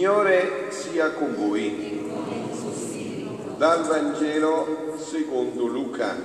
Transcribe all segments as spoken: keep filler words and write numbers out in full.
Signore sia con voi. Dal Vangelo secondo Luca.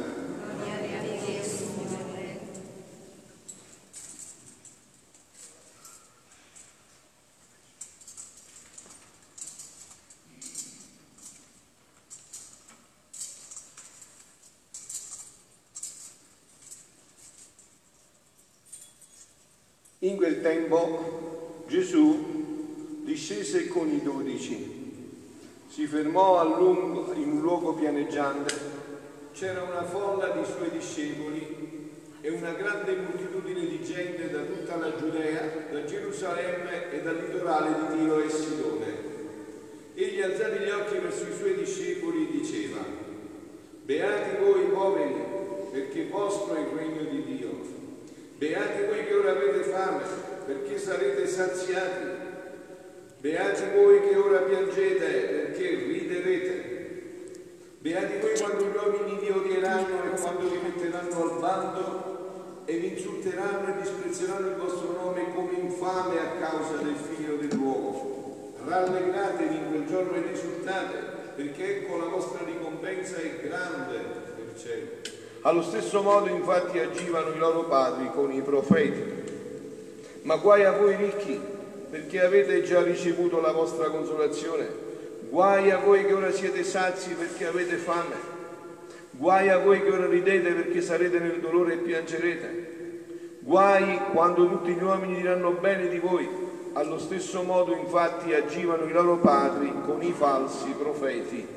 In quel tempo Gesù discese con i dodici, si fermò a lungo in un luogo pianeggiante, c'era una folla di suoi discepoli e una grande moltitudine di gente da tutta la Giudea, da Gerusalemme e dal litorale di Tiro e Sidone. Egli, alzati gli occhi verso i suoi discepoli, diceva: beati voi poveri, perché vostro è il regno di Dio. Beati voi che ora avete fame, perché sarete saziati. Beati voi che ora piangete, perché riderete. Beati voi quando gli uomini vi odieranno e quando vi metteranno al bando e vi insulteranno e disprezzeranno il vostro nome come infame a causa del Figlio dell'uomo. Rallegratevi in quel giorno ed esultate, perché ecco la vostra ricompensa è grande nel cielo. Allo stesso modo infatti agivano i loro padri con i profeti. Ma guai a voi ricchi, perché avete già ricevuto la vostra consolazione. Guai a voi che ora siete sazi, perché avete fame. Guai a voi che ora ridete, perché sarete nel dolore e piangerete. Guai quando tutti gli uomini diranno bene di voi. Allo stesso modo infatti agivano i loro padri con i falsi profeti.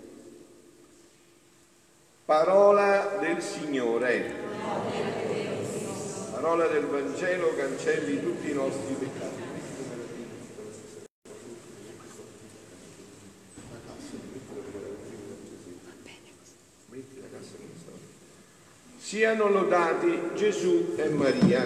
Parola del Signore. Parola del Vangelo cancelli tutti i nostri peccati. Siano lodati Gesù e Maria.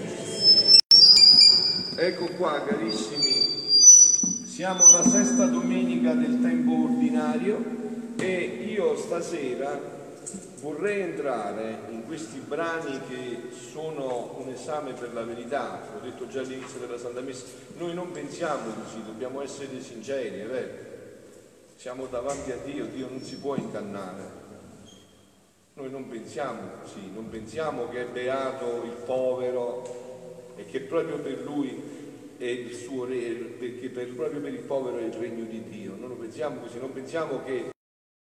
Ecco qua, carissimi, siamo alla sesta domenica del tempo ordinario e io stasera vorrei entrare in questi brani che sono un esame per la verità. L'ho detto già all'inizio della Santa Messa, noi non pensiamo così, dobbiamo essere sinceri, è vero? Siamo davanti a Dio, Dio non si può ingannare. Noi non pensiamo così, non pensiamo che è beato il povero e che proprio per lui è il suo re, perché per, proprio per il povero è il regno di Dio. Non lo pensiamo così, non pensiamo che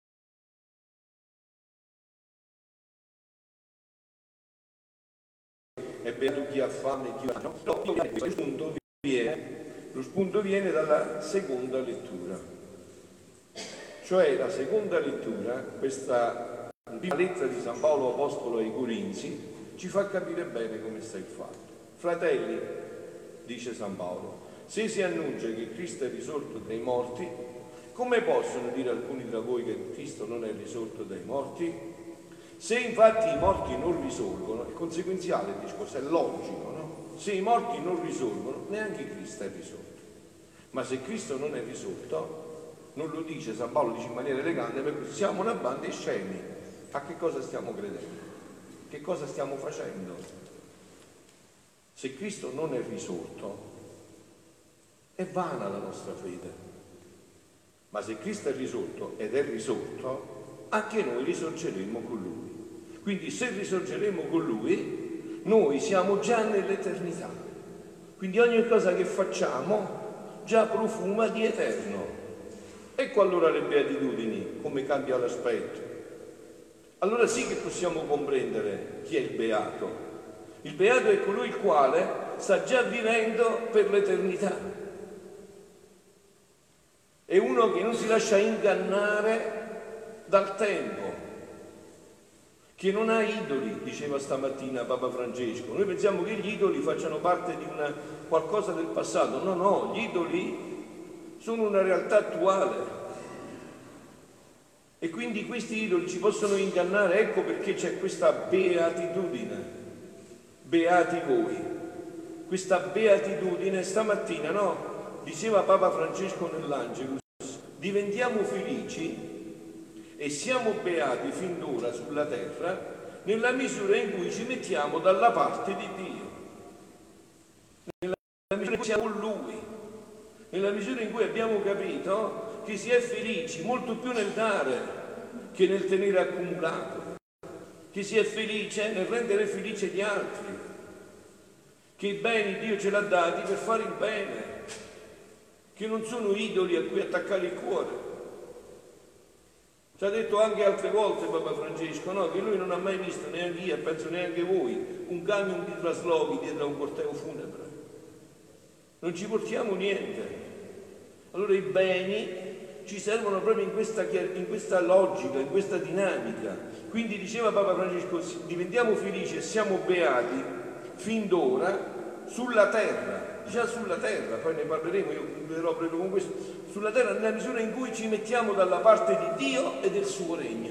è beato chi ha fame e chi ha no, no, lo spunto viene, lo spunto viene dalla seconda lettura. Cioè la seconda lettura, questa prima lettera di San Paolo Apostolo ai Corinzi, ci fa capire bene come sta il fatto. Fratelli, dice San Paolo, se si annuncia che Cristo è risorto dai morti, come possono dire alcuni tra voi che Cristo non è risorto dai morti? Se infatti i morti non risorgono, è conseguenziale il discorso, è logico, no? Se i morti non risorgono, neanche Cristo è risorto. Ma se Cristo non è risorto, non lo dice San Paolo, dice in maniera elegante, perché siamo una banda di scemi. A che cosa stiamo credendo? Che cosa stiamo facendo? Se Cristo non è risorto, è vana la nostra fede. Ma se Cristo è risorto ed è risorto, anche noi risorgeremo con Lui. Quindi se risorgeremo con Lui, noi siamo già nell'eternità. Quindi ogni cosa che facciamo già profuma di eterno. Ecco allora le beatitudini, come cambia l'aspetto. Allora sì che possiamo comprendere chi è il beato. Il beato è colui il quale sta già vivendo per l'eternità. È uno che non si lascia ingannare dal tempo, che non ha idoli, diceva stamattina Papa Francesco. Noi pensiamo che gli idoli facciano parte di una, qualcosa del passato. No, no, gli idoli sono una realtà attuale. E quindi questi idoli ci possono ingannare, ecco perché c'è questa beatitudine. Beati voi. Questa beatitudine stamattina, no? Diceva Papa Francesco nell'Angelus, diventiamo felici e siamo beati fin d'ora sulla terra nella misura in cui ci mettiamo dalla parte di Dio, nella misura in cui siamo con Lui. nella misura in cui abbiamo capito che si è felici molto più nel dare che nel tenere accumulato, che si è felice nel rendere felice gli altri, che i beni Dio ce l'ha dati per fare il bene, che non sono idoli a cui attaccare il cuore. Ci ha detto anche altre volte Papa Francesco, no? Che lui non ha mai visto, neanche io, e penso neanche voi, un camion di traslochi dietro a un corteo funebre. Non ci portiamo niente. Allora i beni ci servono proprio in questa, in questa logica, in questa dinamica. Quindi diceva Papa Francesco, diventiamo felici e siamo beati fin d'ora sulla terra, già sulla terra, poi ne parleremo, io concluderò proprio con questo, sulla terra nella misura in cui ci mettiamo dalla parte di Dio e del suo regno.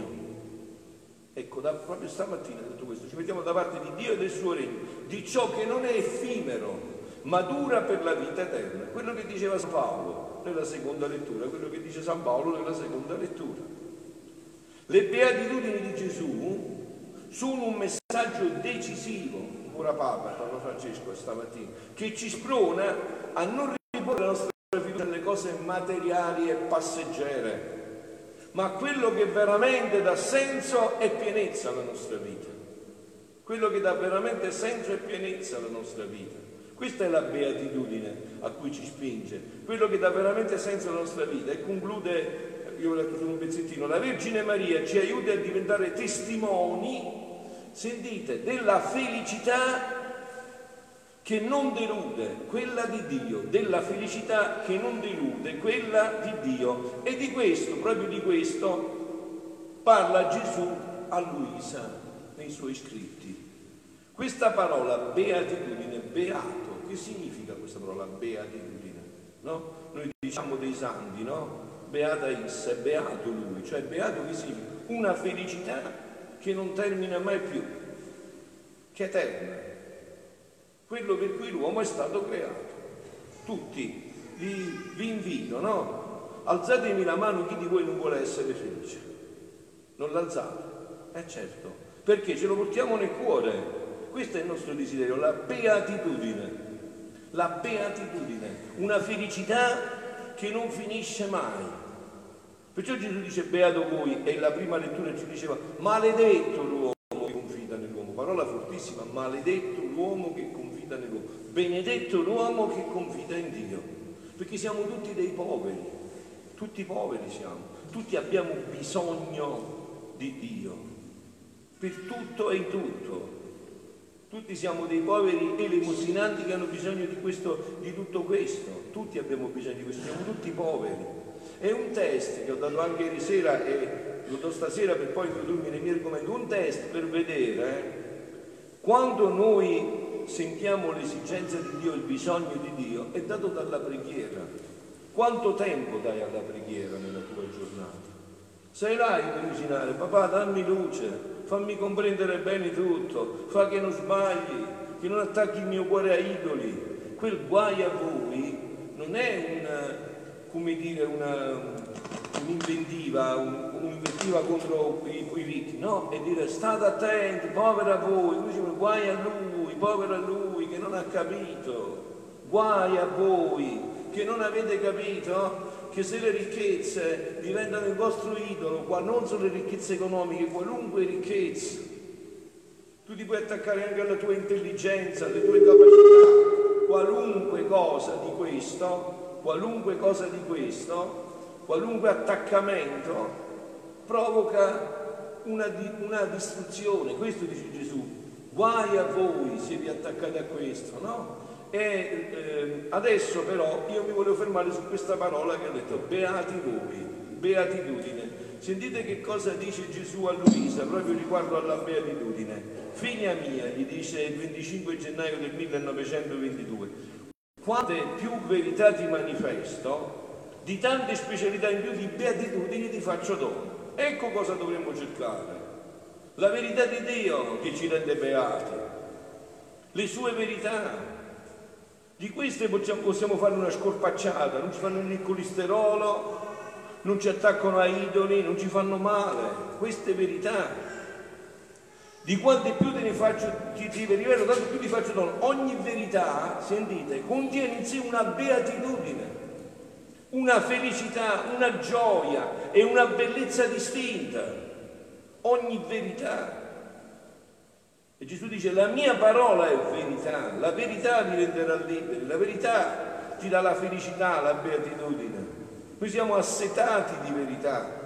Ecco, da, proprio stamattina ho detto questo, ci mettiamo dalla parte di Dio e del suo regno, di ciò che non è effimero, ma dura per la vita eterna. Quello che diceva San Paolo nella seconda lettura, quello che dice San Paolo nella seconda lettura. Le beatitudini di Gesù sono un messaggio decisivo, ora Papa, Papa Francesco stamattina, che ci sprona a non riporre la nostra fiducia nelle cose materiali e passeggere, ma quello che veramente dà senso e pienezza alla nostra vita. Quello che dà veramente senso e pienezza alla nostra vita. Questa è la beatitudine a cui ci spinge, quello che dà veramente senso alla nostra vita. E conclude, io ho letto solo un pezzettino, la Vergine Maria ci aiuta a diventare testimoni, sentite, della felicità che non delude, quella di Dio, della felicità che non delude, quella di Dio. E di questo, proprio di questo, parla Gesù a Luisa nei suoi scritti. Questa parola beatitudine, beato, che significa questa parola beatitudine? No? Noi diciamo dei santi, no? Beata issa, è beato lui, cioè beato che significa? Una felicità che non termina mai più, che è eterna. Quello per cui l'uomo è stato creato. Tutti vi, vi invito, no? Alzatemi la mano chi di voi non vuole essere felice. Non l'alzate? Eh certo, perché ce lo portiamo nel cuore. Questo è il nostro desiderio, la beatitudine, la beatitudine, una felicità che non finisce mai. Perciò Gesù dice beato voi, e la prima lettura ci diceva maledetto l'uomo che confida nell'uomo, parola fortissima, maledetto l'uomo che confida nell'uomo, benedetto l'uomo che confida in Dio, perché siamo tutti dei poveri, tutti poveri siamo, tutti abbiamo bisogno di Dio, per tutto e in tutto. Tutti siamo dei poveri elemosinanti che hanno bisogno di, questo, di tutto questo. Tutti abbiamo bisogno di questo, siamo tutti poveri. È un test che ho dato anche ieri sera e lo do stasera per poi introdurmi nei miei argomenti. Un test per vedere eh, quando noi sentiamo l'esigenza di Dio, il bisogno di Dio, è dato dalla preghiera. Quanto tempo dai alla preghiera nella tua giornata? Sei là a illuminare, papà dammi luce, fammi comprendere bene tutto, fa che non sbagli, che non attacchi il mio cuore a idoli. Quel guai a voi non è una, come dire, una, un'inventiva, un, un'inventiva contro i, i ricchi, no, è dire state attenti, povero a voi, lui dice guai a lui, povero a lui che non ha capito, guai a voi che non avete capito che se le ricchezze diventano il vostro idolo, qua non solo le ricchezze economiche, qualunque ricchezza, tu ti puoi attaccare anche alla tua intelligenza, alle tue capacità, qualunque cosa di questo, qualunque cosa di questo, qualunque attaccamento provoca una, una distruzione. Questo dice Gesù, guai a voi se vi attaccate a questo, no? E eh, adesso però io mi volevo fermare su questa parola che ho detto, beati voi, beatitudine. Sentite che cosa dice Gesù a Luisa proprio riguardo alla beatitudine. Figlia mia, gli dice il venticinque gennaio del millenovecentoventidue, quante più verità ti manifesto, di tante specialità in più di beatitudini ti faccio dono. Ecco cosa dovremmo cercare, la verità di Dio che ci rende beati, le sue verità. Di queste possiamo, possiamo fare una scorpacciata, non ci fanno il colesterolo, non ci attaccano a idoli, non ci fanno male. Queste verità, di quante più te ne faccio, ti, ti rivelo, tanto più ti faccio dono. Ogni verità, sentite, contiene in sé una beatitudine. una felicità, una gioia e una bellezza distinta, ogni verità. E Gesù dice: la mia parola è verità, la verità vi renderà liberi, la verità ti dà la felicità, la beatitudine. Noi siamo assetati di verità,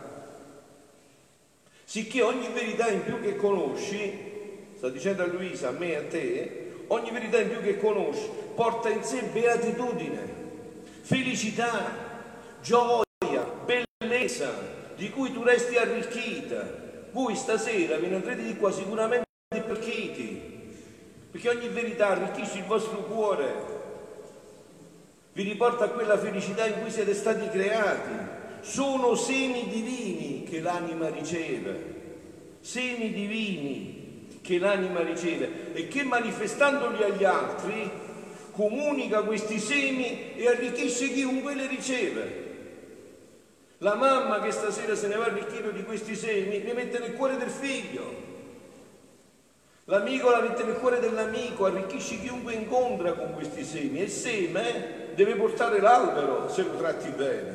sicché ogni verità in più che conosci, sta dicendo a Luisa, a me e a te, ogni verità in più che conosci porta in sé beatitudine, felicità, gioia, bellezza, di cui tu resti arricchita. Voi stasera ve ne andrete di qua sicuramente arricchiti, perché ogni verità arricchisce il vostro cuore, vi riporta a quella felicità in cui siete stati creati. Sono semi divini che l'anima riceve, semi divini che l'anima riceve e che manifestandoli agli altri comunica questi semi e arricchisce chiunque le riceve. La mamma che stasera se ne va arricchito di questi semi li mette nel cuore del figlio, l'amico la mette nel cuore dell'amico, arricchisce chiunque incontra con questi semi. E il seme deve portare l'albero se lo tratti bene.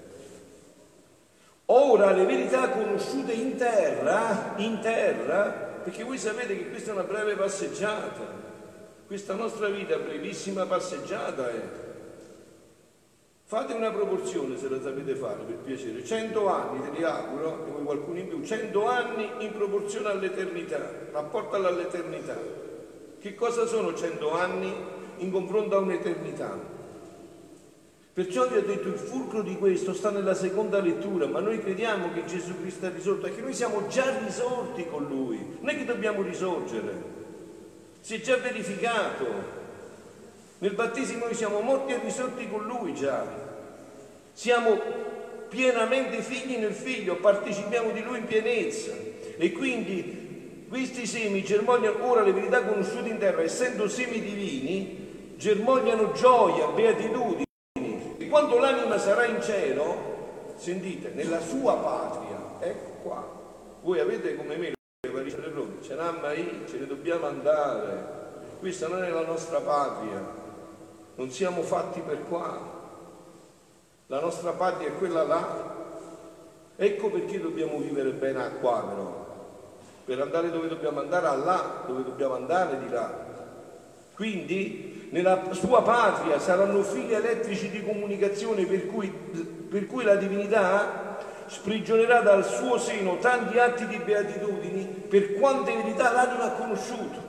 Ora le verità conosciute in terra, in terra, perché voi sapete che questa è una breve passeggiata, questa nostra vita brevissima passeggiata è. Fate una proporzione se la sapete fare, per piacere. Cento anni, te li auguro, e voi qualcuno in più, cento anni in proporzione all'eternità, rapportala all'eternità. Che cosa sono cento anni in confronto a un'eternità? Perciò vi ho detto, il fulcro di questo sta nella seconda lettura, ma noi crediamo che Gesù Cristo è risorto, e che noi siamo già risorti con Lui, non è che dobbiamo risorgere, si è già verificato. Nel battesimo noi siamo morti e risorti con Lui già, siamo pienamente figli nel Figlio, partecipiamo di Lui in pienezza, e quindi questi semi germogliano ora le verità conosciute in terra, essendo semi divini, germogliano gioia, beatitudine. Quando l'anima sarà in cielo, sentite, nella sua patria, ecco qua, voi avete come me le valigie del Roma, ce n'ha mai, ce ne dobbiamo andare, questa non è la nostra patria, non siamo fatti per qua, la nostra patria è quella là. Ecco perché dobbiamo vivere bene qua però, per andare dove dobbiamo andare, a là, dove dobbiamo andare di là. Quindi nella sua patria saranno fili elettrici di comunicazione, per cui, per cui la divinità sprigionerà dal suo seno tanti atti di beatitudini per quante verità l'anima ha conosciuto.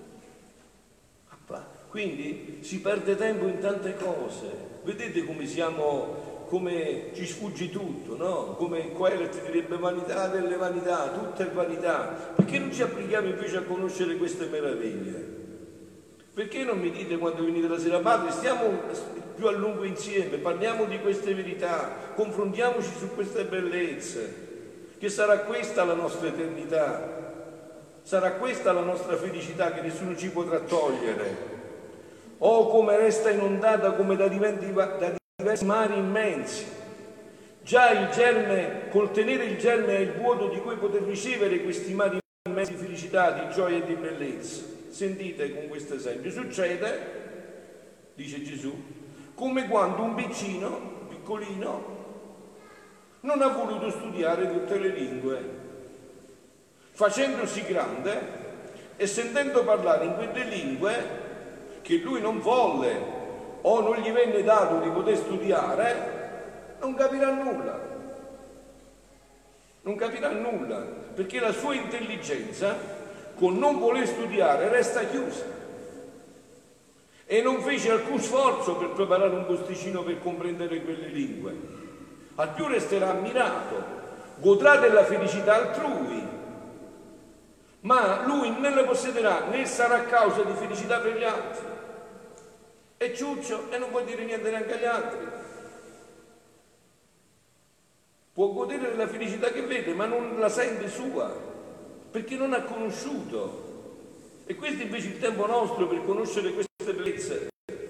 Quindi si perde tempo in tante cose. Vedete come siamo, come ci sfugge tutto, no? Come Coelet direbbe, vanità delle vanità, tutta è vanità. Perché non ci applichiamo invece a conoscere queste meraviglie? Perché non mi dite quando venite la sera, padre, stiamo più a lungo insieme, parliamo di queste verità, confrontiamoci su queste bellezze, che sarà questa la nostra eternità, sarà questa la nostra felicità che nessuno ci potrà togliere. Oh, come resta inondata come da diversi, da diversi mari immensi. Già il germe, col tenere il germe è il vuoto di cui poter ricevere questi mari immensi di felicità, di gioia e di bellezza. Sentite con questo esempio, succede, dice Gesù, come quando un piccino, piccolino, non ha voluto studiare tutte le lingue, facendosi grande e sentendo parlare in quelle lingue che lui non volle o non gli venne dato di poter studiare, non capirà nulla, non capirà nulla, perché la sua intelligenza con non voler studiare resta chiusa, e non fece alcun sforzo per preparare un posticino per comprendere quelle lingue. Al più resterà ammirato, godrà della felicità altrui, ma lui non le possederà né sarà causa di felicità per gli altri. È ciuccio e non può dire niente neanche agli altri. Può godere della felicità che vede, ma non la sente sua, perché non ha conosciuto. E questo invece è il tempo nostro per conoscere queste bellezze.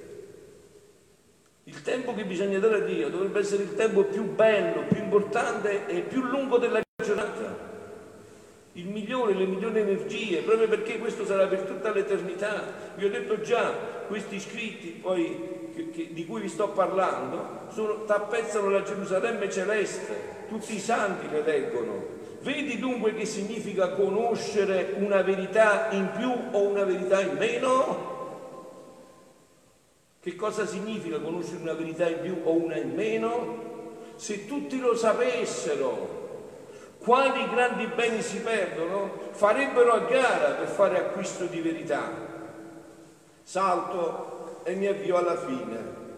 Il tempo che bisogna dare a Dio dovrebbe essere il tempo più bello, più importante e più lungo della giornata, il migliore, le migliori energie, proprio perché questo sarà per tutta l'eternità. Vi ho detto già, questi scritti poi che, che, di cui vi sto parlando, tappezzano la Gerusalemme celeste, tutti i santi le leggono. Vedi dunque che significa conoscere una verità in più o una verità in meno? Che cosa significa conoscere una verità in più o una in meno? Se tutti lo sapessero, quali grandi beni si perdono, farebbero a gara per fare acquisto di verità. Salto e mi avvio alla fine.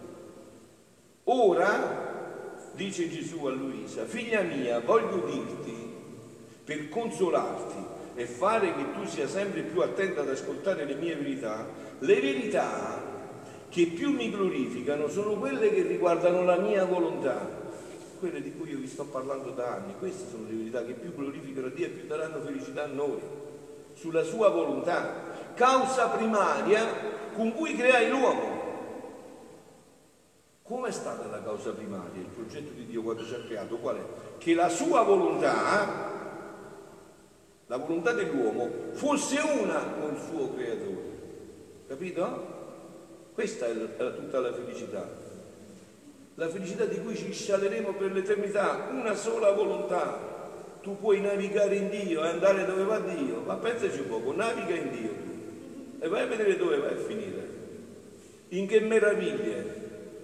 Ora, dice Gesù a Luisa, figlia mia, voglio dirti, per consolarti e fare che tu sia sempre più attenta ad ascoltare le mie verità, le verità che più mi glorificano sono quelle che riguardano la mia volontà, quelle di cui io vi sto parlando da anni. Queste sono le verità che più glorificano Dio e più daranno felicità a noi, sulla sua volontà, causa primaria con cui creai l'uomo. Come è stata la causa primaria, il progetto di Dio quando ci ha creato? Qual è? Che la sua volontà, la volontà dell'uomo, fosse una con il suo creatore. Capito? Questa è tutta la felicità. La felicità di cui ci scialeremo per l'eternità, una sola volontà. Tu puoi navigare in Dio e andare dove va Dio, ma pensaci poco, naviga in Dio e vai a vedere dove vai a finire. In che meraviglie!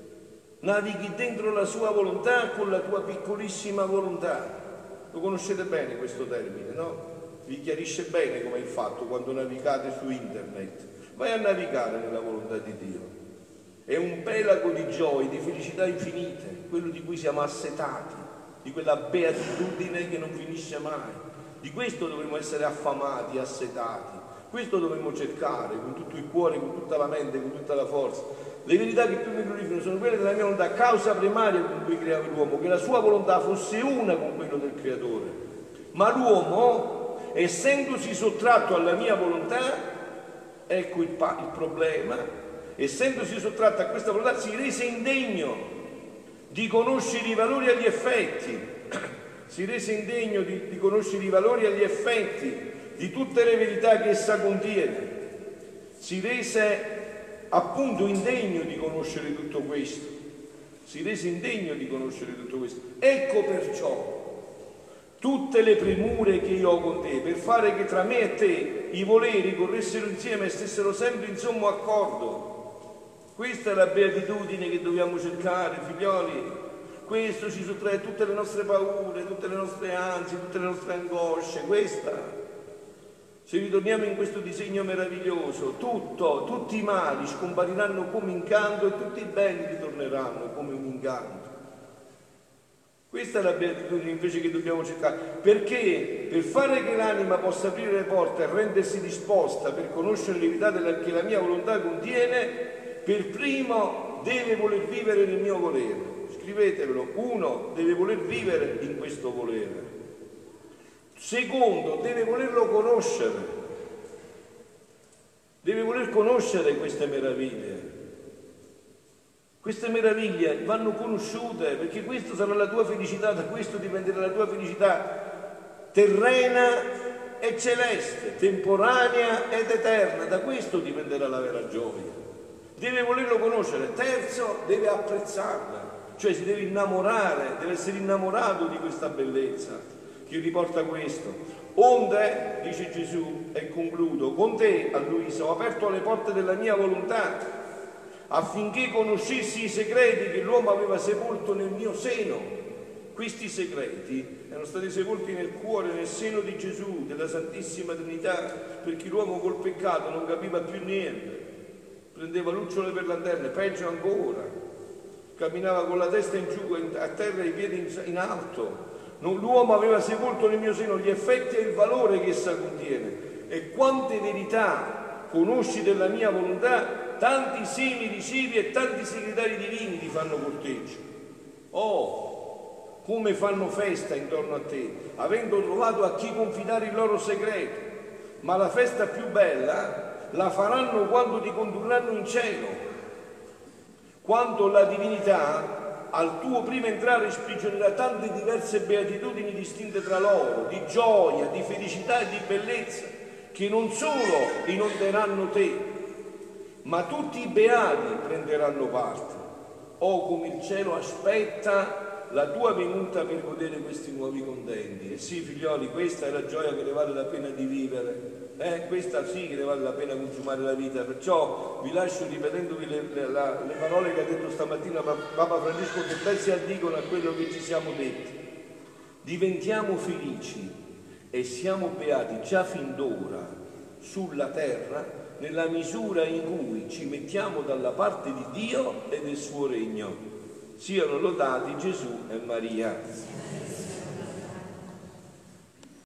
Navighi dentro la sua volontà con la tua piccolissima volontà. Lo conoscete bene questo termine, no? Vi chiarisce bene come è il fatto quando navigate su internet. Vai a navigare nella volontà di Dio. È un pelago di gioie, di felicità infinite, quello di cui siamo assetati, di quella beatitudine che non finisce mai. Di questo dovremmo essere affamati, assetati. Questo dovremmo cercare con tutto il cuore, con tutta la mente, con tutta la forza. Le verità che più mi glorificano sono quelle della mia volontà, causa primaria con cui creava l'uomo, che la sua volontà fosse una con quello del creatore. Ma l'uomo, essendosi sottratto alla mia volontà, ecco il, il problema, essendosi sottratto a questa volontà si rese indegno di conoscere i valori e gli effetti, si rese indegno di, di conoscere i valori e gli effetti di tutte le verità che essa contiene, si rese appunto indegno di conoscere tutto questo, si rese indegno di conoscere tutto questo. Ecco perciò tutte le premure che io ho con te, per fare che tra me e te i voleri corressero insieme e stessero sempre in sommo accordo. Questa è la beatitudine che dobbiamo cercare, figlioli. Questo ci sottrae tutte le nostre paure, tutte le nostre ansie, tutte le nostre angosce. Questa. Se ritorniamo in questo disegno meraviglioso, tutto, tutti i mali scompariranno come incanto e tutti i beni ritorneranno come un incanto. Questa è la beatitudine invece che dobbiamo cercare, perché per fare che l'anima possa aprire le porte e rendersi disposta per conoscere le verità che la mia volontà contiene, per primo deve voler vivere nel mio volere. Scrivetevelo, uno deve voler vivere in questo volere. Secondo, deve volerlo conoscere, deve voler conoscere queste meraviglie. Queste meraviglie vanno conosciute, perché questa sarà la tua felicità, da questo dipenderà la tua felicità terrena e celeste, temporanea ed eterna, da questo dipenderà la vera gioia. Deve volerlo conoscere. Terzo, deve apprezzarla, cioè si deve innamorare, deve essere innamorato di questa bellezza che riporta questo. Onde, dice Gesù, e concludo, con te, a Luisa, ho aperto le porte della mia volontà affinché conoscessi i segreti che l'uomo aveva sepolto nel mio seno. Questi segreti erano stati sepolti nel cuore, nel seno di Gesù, della Santissima Trinità, perché l'uomo col peccato non capiva più niente, prendeva lucciole per lanterne, peggio ancora, camminava con la testa in giù, a terra e i piedi in alto. L'uomo aveva sepolto nel mio seno gli effetti e il valore che essa contiene. E quante verità conosci della mia volontà, tanti simili cibi e tanti segretari divini ti fanno corteggio. Oh, come fanno festa intorno a te, avendo trovato a chi confidare il loro segreto. Ma la festa più bella la faranno quando ti condurranno in cielo, quando la divinità al tuo primo entrare sprigionerà tante diverse beatitudini distinte tra loro, di gioia, di felicità e di bellezza, che non solo inonderanno te, ma tutti i beati prenderanno parte. Oh, come il cielo aspetta la tua venuta per godere questi nuovi contenti. E sì, figlioli, questa è la gioia che ne vale la pena di vivere. Eh, questa sì che ne vale la pena consumare la vita. Perciò vi lascio ripetendovi le, le, la, le parole che ha detto stamattina Papa Francesco, che ben si addicono a quello che ci siamo detti. Diventiamo felici e siamo beati già fin d'ora sulla terra, nella misura in cui ci mettiamo dalla parte di Dio e del suo regno. Siano lodati Gesù e Maria.